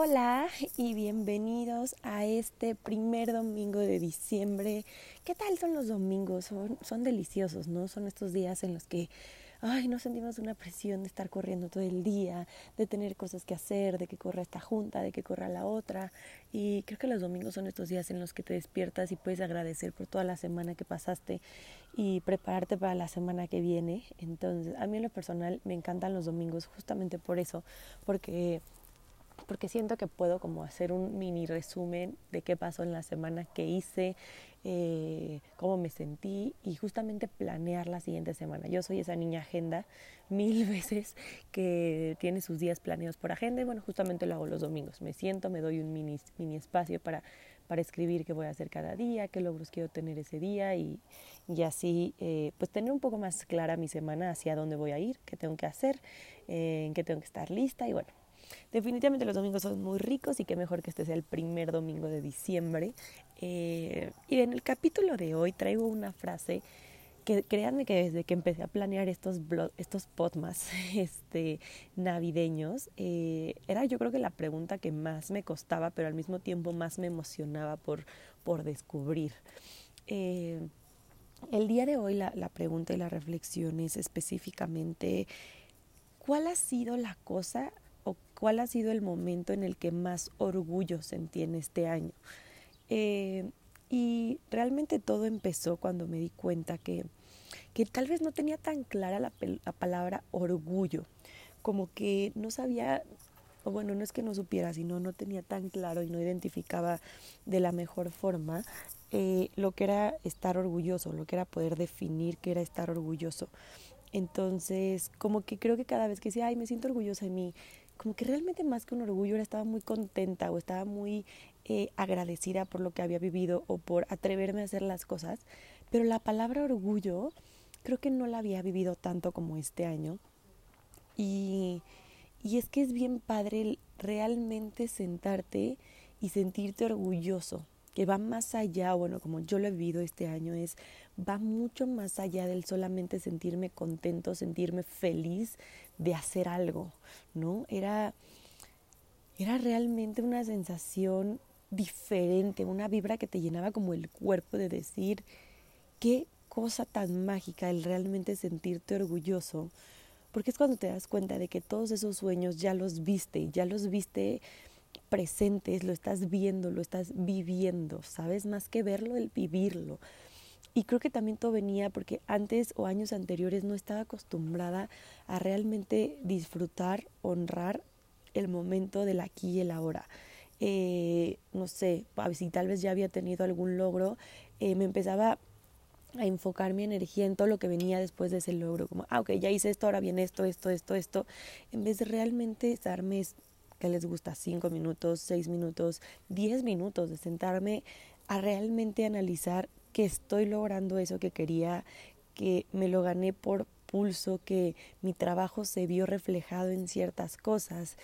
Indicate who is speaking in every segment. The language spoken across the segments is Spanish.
Speaker 1: Hola y bienvenidos a este primer domingo de diciembre. ¿Qué tal son los domingos? Son deliciosos, ¿no? Son estos días en los que no sentimos una presión de estar corriendo todo el día, de tener cosas que hacer, de que corra esta junta, de que corra la otra. Y creo que los domingos son estos días en los que te despiertas y puedes agradecer por toda la semana que pasaste y prepararte para la semana que viene. Entonces, a mí en lo personal me encantan los domingos justamente por eso, porque siento que puedo como hacer un mini resumen de qué pasó en la semana, qué hice, cómo me sentí y justamente planear la siguiente semana. Yo soy esa niña agenda 1000 veces que tiene sus días planeados por agenda y bueno, justamente lo hago los domingos. Me siento, me doy un mini espacio para escribir qué voy a hacer cada día, qué logros quiero tener ese día y así pues tener un poco más clara mi semana hacia dónde voy a ir, qué tengo que hacer, en qué tengo que estar lista y bueno. Definitivamente los domingos son muy ricos y qué mejor que este sea el primer domingo de diciembre. Y en el capítulo de hoy traigo una frase que créanme que desde que empecé a planear estos podmas navideños, era yo creo que la pregunta que más me costaba, pero al mismo tiempo más me emocionaba por descubrir. El día de hoy la pregunta y la reflexión es específicamente ¿cuál ha sido la cosa o cuál ha sido el momento en el que más orgullo sentí en este año? Y realmente todo empezó cuando me di cuenta que tal vez no tenía tan clara la palabra orgullo, como que no sabía, o bueno, no es que no supiera, sino no tenía tan claro y no identificaba de la mejor forma lo que era estar orgulloso, lo que era poder definir qué era estar orgulloso. Entonces, como que creo que cada vez que decía, me siento orgullosa de mí, como que realmente más que un orgullo era estaba muy contenta o estaba muy agradecida por lo que había vivido o por atreverme a hacer las cosas. Pero la palabra orgullo creo que no la había vivido tanto como este año. Y es que es bien padre realmente sentarte y sentirte orgulloso, que va más allá, bueno, como yo lo he vivido este año, va mucho más allá del solamente sentirme contento, sentirme feliz de hacer algo, ¿no? Era realmente una sensación diferente, una vibra que te llenaba como el cuerpo de decir, qué cosa tan mágica el realmente sentirte orgulloso, porque es cuando te das cuenta de que todos esos sueños ya los viste presentes, lo estás viendo, lo estás viviendo, ¿sabes? Más que verlo, el vivirlo. Y creo que también todo venía porque antes o años anteriores no estaba acostumbrada a realmente disfrutar, honrar el momento del aquí y el ahora. No sé, si tal vez ya había tenido algún logro, me empezaba a enfocar mi energía en todo lo que venía después de ese logro, como, ok, ya hice esto, ahora viene esto, en vez de realmente darme, ¿qué les gusta? 5 minutos, 6 minutos, 10 minutos de sentarme a realmente analizar que estoy logrando eso que quería, que me lo gané por pulso, que mi trabajo se vio reflejado en ciertas cosas,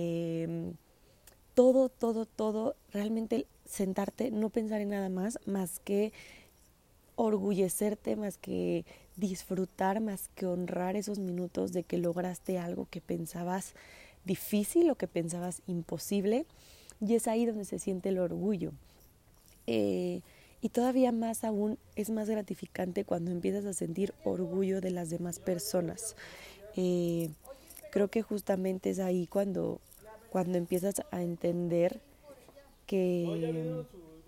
Speaker 1: todo, realmente sentarte, no pensar en nada más que orgullecerte, más que disfrutar, más que honrar esos minutos de que lograste algo que pensabas difícil o que pensabas imposible, y es ahí donde se siente el orgullo. Y todavía más aún es más gratificante cuando empiezas a sentir orgullo de las demás personas. Creo que justamente es ahí cuando empiezas a entender que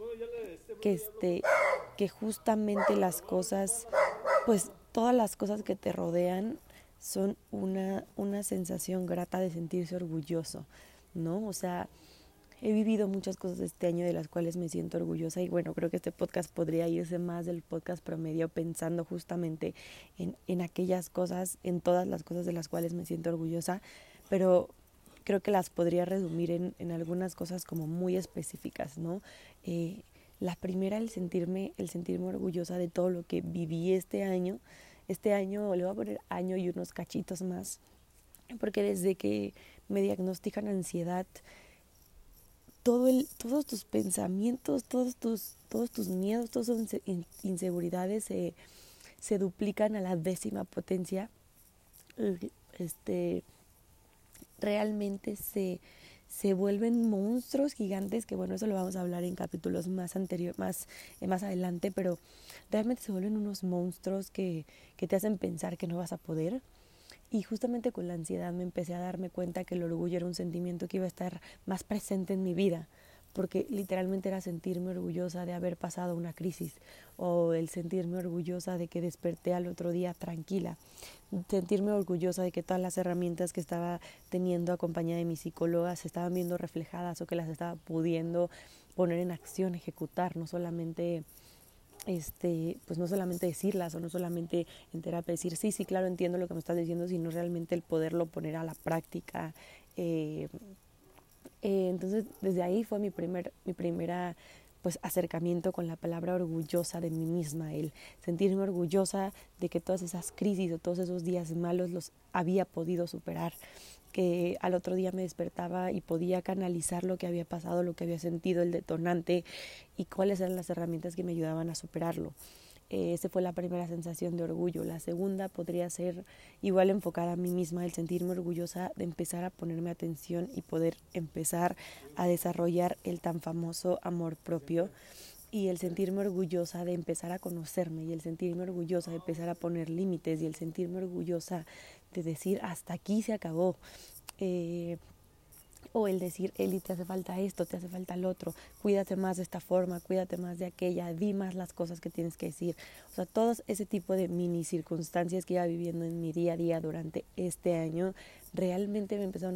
Speaker 1: que justamente las cosas, pues todas las cosas que te rodean son una sensación grata de sentirse orgulloso, ¿no? O sea, he vivido muchas cosas este año de las cuales me siento orgullosa y bueno, creo que este podcast podría irse más del podcast promedio pensando justamente en aquellas cosas, en todas las cosas de las cuales me siento orgullosa, pero creo que las podría resumir en algunas cosas como muy específicas, ¿no? La primera, el sentirme orgullosa de todo lo que viví este año. Este año le voy a poner año y unos cachitos más, porque desde que me diagnostican ansiedad, todos tus pensamientos, todos tus miedos, todas tus inseguridades se duplican a la 10ª potencia. Realmente se vuelven monstruos gigantes, que bueno, eso lo vamos a hablar en capítulos más adelante, pero realmente se vuelven unos monstruos que te hacen pensar que no vas a poder. Y justamente con la ansiedad me empecé a darme cuenta que el orgullo era un sentimiento que iba a estar más presente en mi vida, porque literalmente era sentirme orgullosa de haber pasado una crisis, o el sentirme orgullosa de que desperté al otro día tranquila, sentirme orgullosa de que todas las herramientas que estaba teniendo acompañada de mi psicóloga se estaban viendo reflejadas o que las estaba pudiendo poner en acción, ejecutar, no solamente pues no solamente decirlas o no solamente en terapia decir sí, claro, entiendo lo que me estás diciendo, sino realmente el poderlo poner a la práctica. Entonces, desde ahí fue mi primera pues acercamiento con la palabra orgullosa de mí misma, el sentirme orgullosa de que todas esas crisis o todos esos días malos los había podido superar, que al otro día me despertaba y podía canalizar lo que había pasado, lo que había sentido, el detonante y cuáles eran las herramientas que me ayudaban a superarlo. Esa fue la primera sensación de orgullo. La segunda podría ser igual enfocada a mí misma, el sentirme orgullosa de empezar a ponerme atención y poder empezar a desarrollar el tan famoso amor propio, y el sentirme orgullosa de empezar a conocerme, y el sentirme orgullosa de empezar a poner límites, y el sentirme orgullosa de decir hasta aquí se acabó. O el decir, Eli, te hace falta esto, te hace falta el otro, cuídate más de esta forma, cuídate más de aquella, di más las cosas que tienes que decir. O sea, todo ese tipo de mini circunstancias que iba viviendo en mi día a día durante este año, realmente me empezaron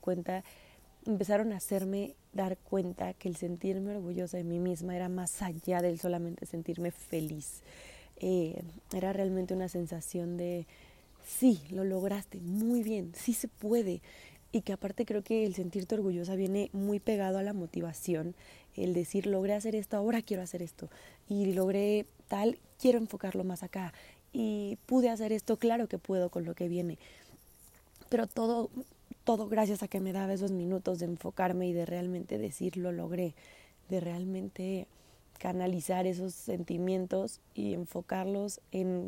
Speaker 1: a hacerme dar cuenta que el sentirme orgullosa de mí misma era más allá del solamente sentirme feliz. Era realmente una sensación de, sí, lo lograste, muy bien, sí se puede. Y que aparte creo que el sentirte orgullosa viene muy pegado a la motivación, el decir, logré hacer esto, ahora quiero hacer esto, y logré tal, quiero enfocarlo más acá, y pude hacer esto, claro que puedo con lo que viene. Pero todo gracias a que me daba esos minutos de enfocarme y de realmente decir, lo logré, de realmente canalizar esos sentimientos y enfocarlos en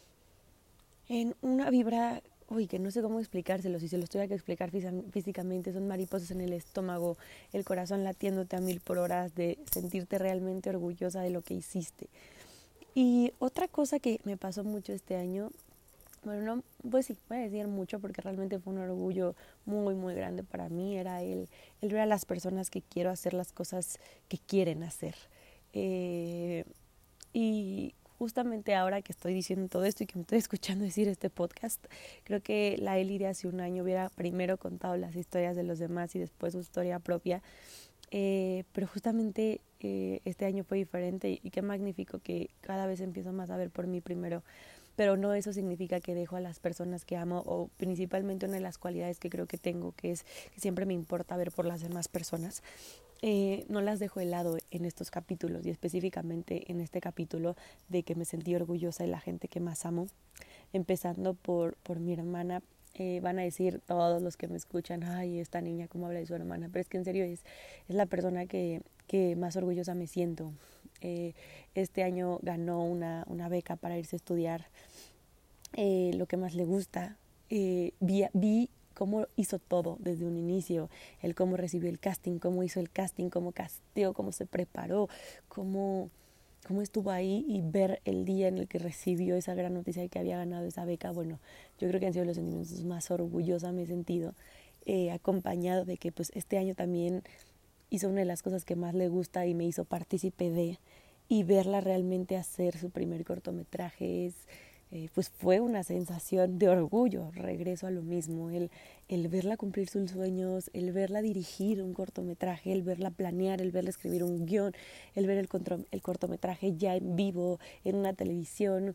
Speaker 1: una vibra, que no sé cómo explicárselo, si se los tuviera que explicar físicamente, son mariposas en el estómago, el corazón latiéndote a 1000 por hora, de sentirte realmente orgullosa de lo que hiciste. Y otra cosa que me pasó mucho este año, bueno, no, pues sí, voy a decir mucho porque realmente fue un orgullo muy, muy grande para mí, era el ver a las personas que quiero hacer las cosas que quieren hacer. Y justamente ahora que estoy diciendo todo esto y que me estoy escuchando decir este podcast, creo que la Eli de hace un año hubiera primero contado las historias de los demás y después su historia propia. Pero justamente este año fue diferente y qué magnífico que cada vez empiezo más a ver por mí primero. Pero no eso significa que dejo a las personas que amo, o principalmente una de las cualidades que creo que tengo, que es que siempre me importa ver por las demás personas. No las dejo de lado en estos capítulos, y específicamente en este capítulo de que me sentí orgullosa de la gente que más amo, empezando por mi hermana. Van a decir todos los que me escuchan, ay, esta niña cómo habla de su hermana, pero es que en serio es la persona que más orgullosa me siento. Este año ganó una beca para irse a estudiar lo que más le gusta. Vi cómo hizo todo desde un inicio, el cómo recibió el casting, cómo hizo el casting, cómo casteó, cómo se preparó, cómo estuvo ahí, y ver el día en el que recibió esa gran noticia de que había ganado esa beca. Bueno, yo creo que han sido los sentimientos más orgullosa me he sentido, acompañado de que pues este año también hizo una de las cosas que más le gusta y me hizo partícipe de, y verla realmente hacer su primer cortometraje pues fue una sensación de orgullo. Regreso a lo mismo, el verla cumplir sus sueños, el verla dirigir un cortometraje, el verla planear, el verla escribir un guión, el ver el cortometraje ya en vivo, en una televisión.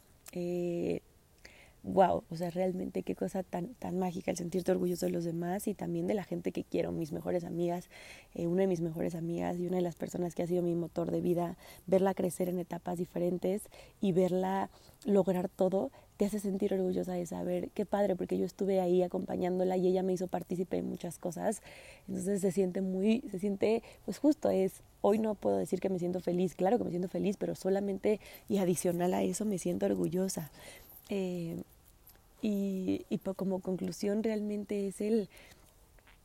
Speaker 1: Wow, o sea, realmente qué cosa tan mágica el sentirte orgulloso de los demás y también de la gente que quiero, mis mejores amigas, una de mis mejores amigas y una de las personas que ha sido mi motor de vida, verla crecer en etapas diferentes y verla lograr todo, te hace sentir orgullosa de saber qué padre, porque yo estuve ahí acompañándola y ella me hizo partícipe de muchas cosas. Entonces se siente, pues justo hoy no puedo decir que me siento feliz, claro que me siento feliz, pero solamente y adicional a eso me siento orgullosa. Y como conclusión realmente es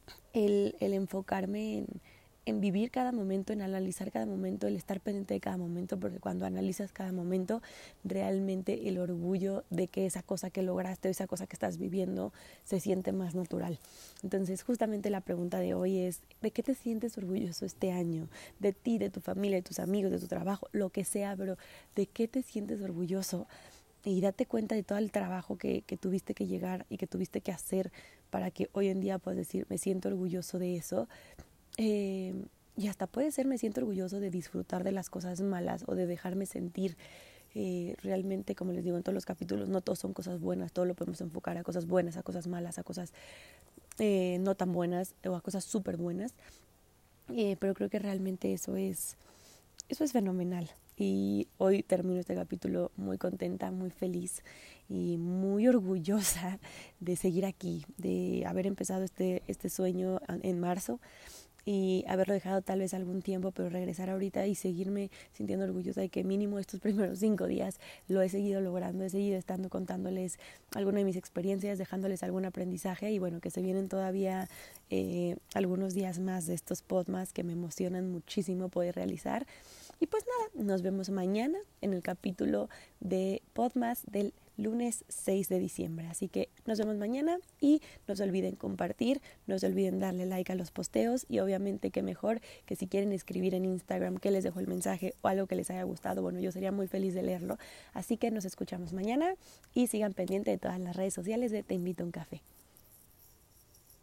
Speaker 1: el enfocarme en vivir cada momento, en analizar cada momento, el estar pendiente de cada momento, porque cuando analizas cada momento, realmente el orgullo de que esa cosa que lograste o esa cosa que estás viviendo se siente más natural. Entonces, justamente la pregunta de hoy es, ¿de qué te sientes orgulloso este año? De ti, de tu familia, de tus amigos, de tu trabajo, lo que sea, pero ¿de qué te sientes orgulloso? Y date cuenta de todo el trabajo que tuviste que llegar y que tuviste que hacer para que hoy en día puedas decir, me siento orgulloso de eso. Y hasta puede ser, me siento orgulloso de disfrutar de las cosas malas o de dejarme sentir. Realmente, como les digo en todos los capítulos, no todos son cosas buenas, todo lo podemos enfocar a cosas buenas, a cosas malas, a cosas no tan buenas o a cosas súper buenas. Pero creo que realmente eso es fenomenal. Y hoy termino este capítulo muy contenta, muy feliz y muy orgullosa de seguir aquí, de haber empezado este sueño en marzo y haberlo dejado tal vez algún tiempo, pero regresar ahorita y seguirme sintiendo orgullosa de que mínimo estos primeros 5 días lo he seguido logrando, he seguido estando contándoles alguna de mis experiencias, dejándoles algún aprendizaje y bueno, que se vienen todavía algunos días más de estos podcasts que me emocionan muchísimo poder realizar. Y pues nada, nos vemos mañana en el capítulo de Podmas del lunes 6 de diciembre. Así que nos vemos mañana y no se olviden compartir, no se olviden darle like a los posteos y obviamente que mejor que si quieren escribir en Instagram que les dejo el mensaje o algo que les haya gustado, bueno, yo sería muy feliz de leerlo. Así que nos escuchamos mañana y sigan pendientes de todas las redes sociales de Te Invito a un Café.